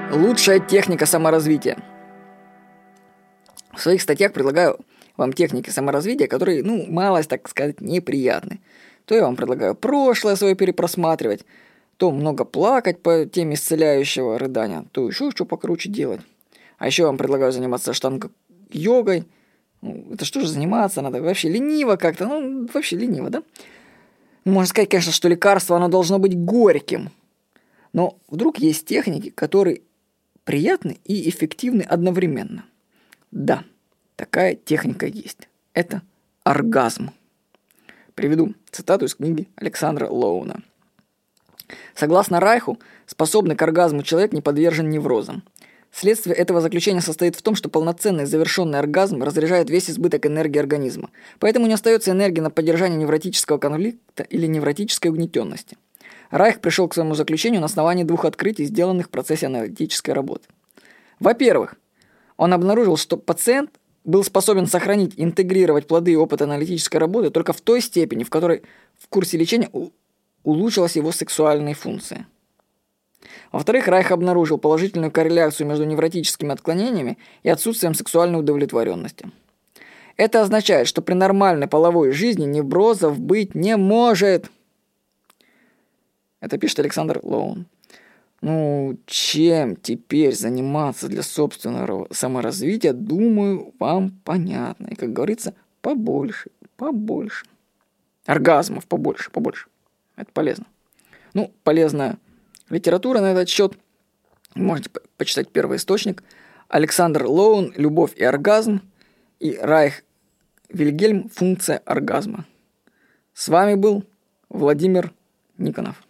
Лучшая техника саморазвития. В своих статьях предлагаю вам техники саморазвития, которые, малость, так сказать, неприятны. То я вам предлагаю прошлое свое перепросматривать, то много плакать по теме исцеляющего рыдания, то еще что покруче делать. А еще я вам предлагаю заниматься штанг-йогой. Это что же заниматься надо? Вообще лениво как-то, вообще лениво, да? Можно сказать, конечно, что лекарство, оно должно быть горьким. Но вдруг есть техники, которые приятны и эффективны одновременно. Да, такая техника есть. Это оргазм. Приведу цитату из книги Александра Лоуна. Согласно Райху, способный к оргазму человек не подвержен неврозам. Следствие этого заключения состоит в том, что полноценный завершенный оргазм разряжает весь избыток энергии организма, поэтому не остается энергии на поддержание невротического конфликта или невротической угнетенности. Райх пришел к своему заключению на основании двух открытий, сделанных в процессе аналитической работы. Во-первых, он обнаружил, что пациент был способен сохранить и интегрировать плоды опыта аналитической работы только в той степени, в которой в курсе лечения улучшилась его сексуальная функция. Во-вторых, Райх обнаружил положительную корреляцию между невротическими отклонениями и отсутствием сексуальной удовлетворенности. Это означает, что при нормальной половой жизни неврозов быть не может. Это пишет Александр Лоун. Чем теперь заниматься для собственного саморазвития, думаю, вам понятно. И, как говорится, побольше. Оргазмов побольше. Это полезно. Полезная литература на этот счет. Можете почитать первый источник. Александр Лоун «Любовь и оргазм» и Райх Вильгельм «Функция оргазма». С вами был Владимир Никонов.